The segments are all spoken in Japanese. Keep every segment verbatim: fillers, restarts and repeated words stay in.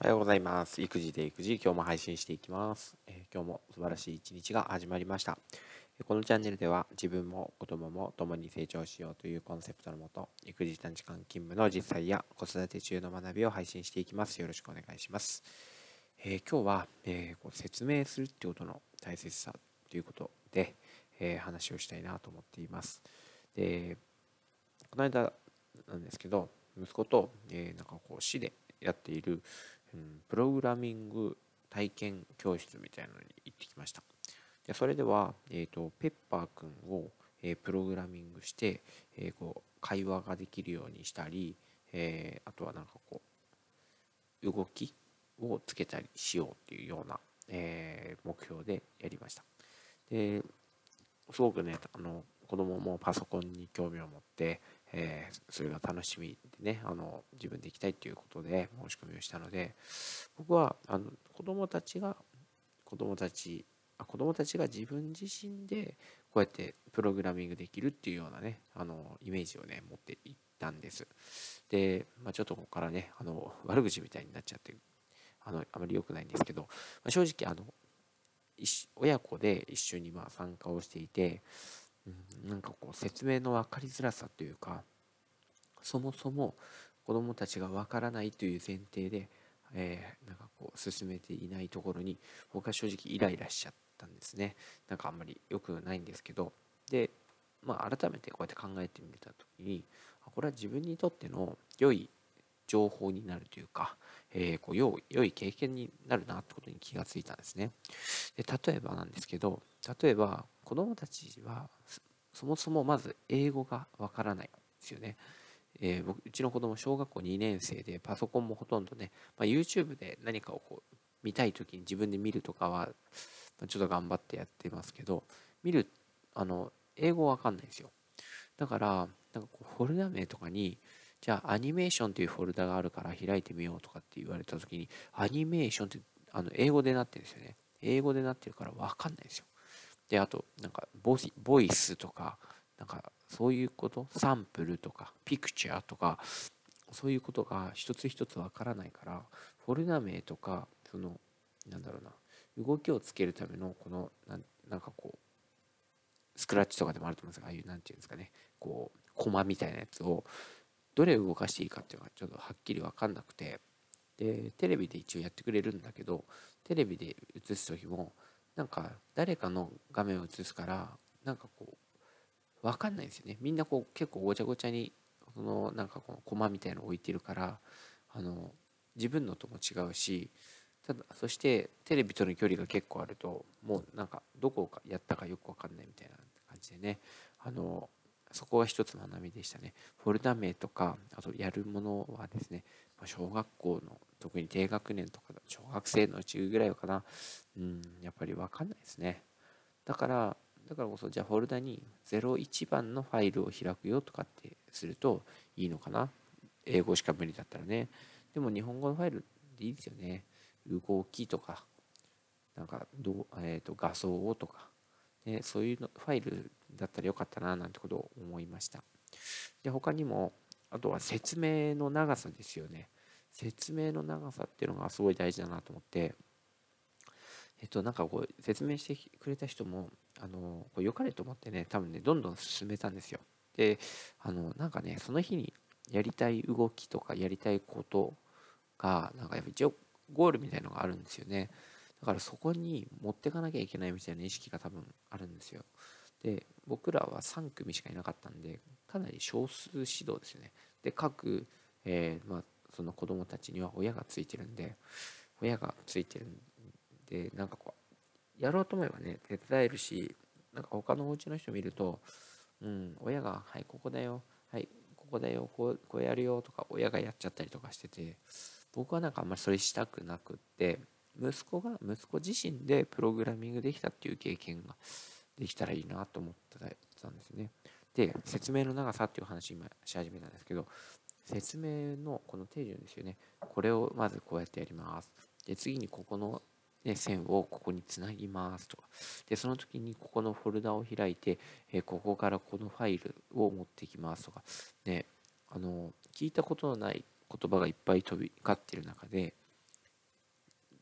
おはようございます。育児で育児、今日も配信していきます。えー今日も素晴らしい一日が始まりました。えーこのチャンネルでは自分も子供も共に成長しようというコンセプトのもと、育児短時間勤務の実際や子育て中の学びを配信していきます。よろしくお願いします。えー今日は、えーこう説明するってことの大切さということで、えー話をしたいなと思っています。で、この間なんですけど、息子と、えーなんかこう市でやっている、うん、プログラミング体験教室みたいなのに行ってきました。でそれでは、えーと、ペッパーくんを、えープログラミングして、えーこう会話ができるようにしたり、えーあとはなんかこう動きをつけたりしようっていうような、えー目標でやりました。ですごくね、あの子供もパソコンに興味を持って、えーそれが楽しみでね、あの自分で行きたいということで申し込みをしたので、僕はあの子供たちが子供たちあ子供たちが自分自身でこうやってプログラミングできるっていうようなね、あのイメージをね持っていったんです。で、まあ、ちょっとここからね、あの悪口みたいになっちゃってあのあまり良くないんですけど、まあ、正直あの親子で一緒にまあ参加をしていて、うん、なんかこう説明の分かりづらさというか、そもそも子どもたちが分からないという前提で、えーなんかこう進めていないところに僕は正直イライラしちゃったんですね。なんかあんまり良くないんですけど、で、まあ、改めてこうやって考えてみた時に、これは自分にとっての良い情報になるというか、えーこう良い良い経験になるなってことに気がついたんですね。で例えばなんですけど、例えば子どもたちはそもそもまず英語がわからないんですよね。えー僕うちの子供小学校にねん生でパソコンもほとんどね、まあ、YouTube で何かをこう見たい時に自分で見るとかは、まあ、ちょっと頑張ってやってますけど、見るあの英語わかんないんですよ。だからなんかこうフォルダ名とかに、じゃあアニメーションというフォルダがあるから開いてみようとかって言われた時に、アニメーションってあの英語でなってるんですよね。英語でなってるから分かんないんですよ。で、あと、なんかボイ、ボイスとか、なんかそういうこと、サンプルとか、ピクチャーとか、そういうことが一つ一つ分からないから、フォルダ名とか、その、なんだろうな、動きをつけるための、この、なんなんかこう、スクラッチとかでもあると思うんですが、ああいう、なんていうんですかね、こう、コマみたいなやつを、どれを動かしていいかっていうのがちょっとはっきり分かんなくて、でテレビで一応やってくれるんだけど、テレビで映す時もなんか誰かの画面を映すから、なんかこう分かんないんですよね。みんなこう結構ごちゃごちゃにそのなんかこのコマみたいなの置いてるから、あの自分のとも違うし、ただそしてテレビとの距離が結構あると、もうなんかどこかやったかよく分かんないみたいな感じでね、あのそこが一つ学びでしたね。フォルダ名とか、あとやるものはですね、小学校の特に低学年とか小学生のうちぐらいかな、うん、やっぱり分かんないですね。だからだからこそ、じゃあフォルダにゼロいちばんのファイルを開くよとかってするといいのかな。英語しか無理だったらね。でも日本語のファイルでいいですよね。動きとか、なんかどう、えーと画像をとか、ね、そういうのファイルだったらよかったななんてことを思いました。で、他にも、あとは説明の長さですよね。説明の長さっていうのがすごい大事だなと思って、えっと、なんかこう、説明してくれた人も、あの、こう良かれと思ってね、多分ね、どんどん進めたんですよ。で、あの、なんかね、その日にやりたい動きとかやりたいことが、なんかやっぱ一応ゴールみたいのがあるんですよね。だからそこに持ってかなきゃいけないみたいな意識が多分あるんですよ。で、僕らはさん組しかいなかったんで、かなり少数指導ですよね。で、各、えーまあ、その子供たちには親がついてるんで、親がついてるんで、なんかこう、やろうと思えばね、手伝えるし、なんか他のお家の人見ると、うん、親が、はい、ここだよ、はい、ここだよ、こう、こうやるよとか、親がやっちゃったりとかしてて、僕はなんかあんまりそれしたくなくって、息子が、息子自身でプログラミングできたっていう経験ができたらいいなと思ってたんですね。で、説明の長さっていう話今し始めたんですけど、説明のこの手順ですよね。これをまずこうやってやります。で、次にここの、ね、線をここにつなぎますとか。で、その時にここのフォルダを開いて、えここからこのファイルを持ってきますとか。ね、あの、聞いたことのない言葉がいっぱい飛び交っている中で、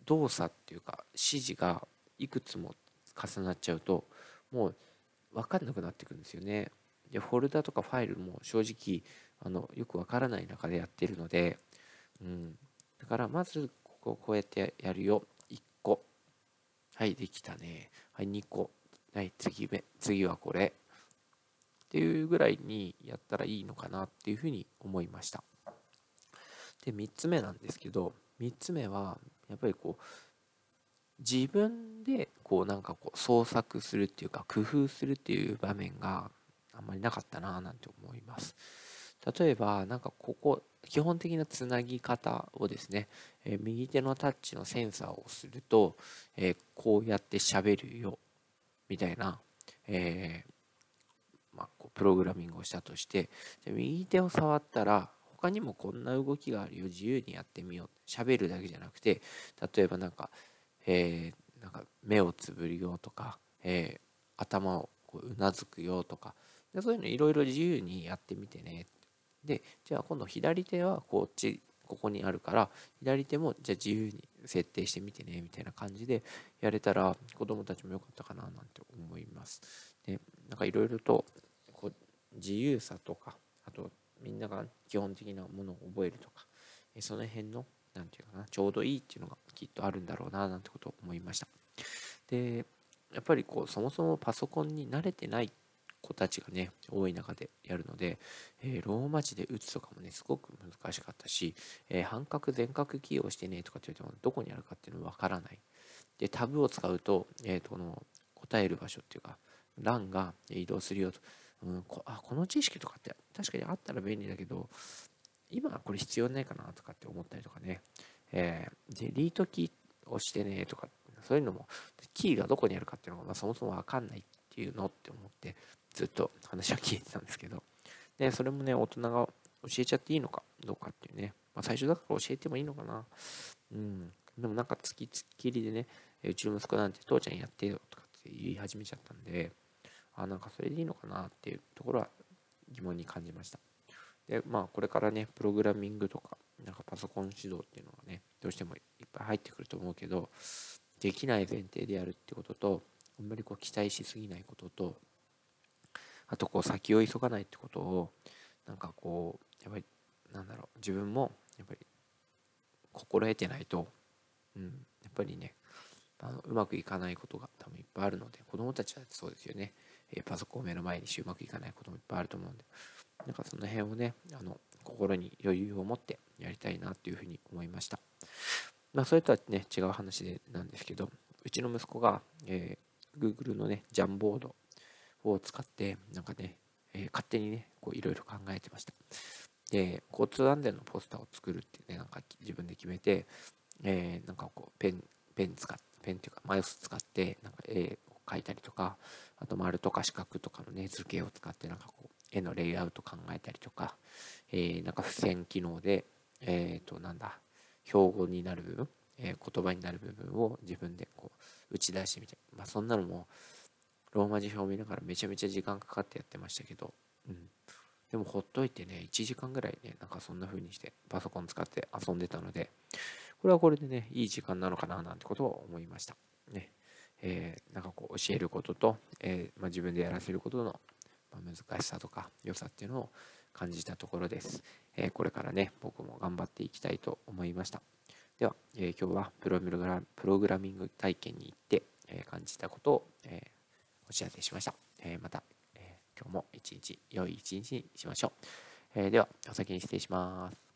動作っていうか指示がいくつも重なっちゃうともう分かんなくなってくるんですよね。でフォルダとかファイルも正直あのよく分からない中でやってるので、うん、だからまずここをこうやってやるよ。いっこ、はいできたね。はいにこ、はい次目次はこれっていうぐらいにやったらいいのかなっていうふうに思いました。でみっつめなんですけど、みっつめはやっぱりこう自分でこうなんかこう創作するっていうか工夫するっていう場面があんまりなかったななんて思います。例えばなんかここ基本的なつなぎ方をですね、えー右手のタッチのセンサーをすると、えーこうやって喋るよみたいな、えーまあ、こうプログラミングをしたとして、じゃ右手を触ったら他にもこんな動きがあるよ、自由にやってみよう、喋るだけじゃなくて、例えばなんか、えーなんか目をつぶるよとか、えー頭をこううなずくよとか、でそういうのいろいろ自由にやってみてね。でじゃあ今度左手はこっちここにあるから左手もじゃあ自由に設定してみてねみたいな感じでやれたら子どもたちも良かったかななんて思います。でなんかいろいろとこう自由さとか、あとみんなが基本的なものを覚えるとか、その辺のなんていうかな、ちょうどいいっていうのがきっとあるんだろうななんてことを思いました。でやっぱりこうそもそもパソコンに慣れてない子たちがね多い中でやるので、えーローマ字で打つとかもねすごく難しかったし、えー半角全角キーをしてねとかって言ってもどこにあるかっていうのわからない。でタブを使うと、えー、とこの答える場所っていうか欄が移動するよと、うん、こあこの知識とかって確かにあったら便利だけど今はこれ必要ないかなとかって思ったりとかね、えー、デリートキーを押してねとか、そういうのもキーがどこにあるかっていうのが、まあ、そもそも分かんないっていうのって思ってずっと話は聞いてたんですけど、でそれもね大人が教えちゃっていいのかどうかっていうね、まあ、最初だから教えてもいいのかな。うんでもなんかつきつきりでね、うちの息子なんて父ちゃんやってよとかって言い始めちゃったんで、あなんかそれでいいのかなっていうところは疑問に感じました。でまあこれからねプログラミングとかなんかパソコン指導っていうのがねどうしてもいっぱい入ってくると思うけど、できない前提でやるってことと、あんまりこう期待しすぎないことと、あとこう先を急がないってことをなんかこうやっぱりなんだろう自分もやっぱり心得てないと、うん、やっぱりねあのうまくいかないことが多分いっぱいあるので、子供たちはそうですよね、えーパソコンを目の前にしてうまくいかないこともいっぱいあると思うんで、なんかその辺をねあの心に余裕を持ってやりたいなっていうふうに思いました。まあそれとはね違う話でなんですけど、うちの息子が、えー Google のねジャンボードを使ってなんかね、えー勝手にねこういろいろ考えてました。で交通安全のポスターを作るってねなんか自分で決めて、えーなんかこうペンペン使ってペンっていうかマウス使ってなんか絵を描いたりとか、あと丸とか四角とかのね図形を使ってなんかこう絵のレイアウト考えたりとか、えーなんか付箋機能でえっ、となんだ標語になる部分、えー言葉になる部分を自分でこう打ち出してみて、まあそんなのもローマ字表を見ながらめちゃめちゃ時間かかってやってましたけど、うん、でもほっといてねいちじかんぐらいねなんかそんな風にしてパソコン使って遊んでたので、これはこれでねいい時間なのかななんてことを思いましたね。えー、なんかこう教えることと、えーまあ、自分でやらせることの、まあ、難しさとか良さっていうのを感じたところです。えー、これからね僕も頑張っていきたいと思いました。では、えー今日はプログラプログラミング体験に行って、えー感じたことを、えーお知らせしました。えーまた、えー今日も一日良い一日にしましょう。えーではお先に失礼します。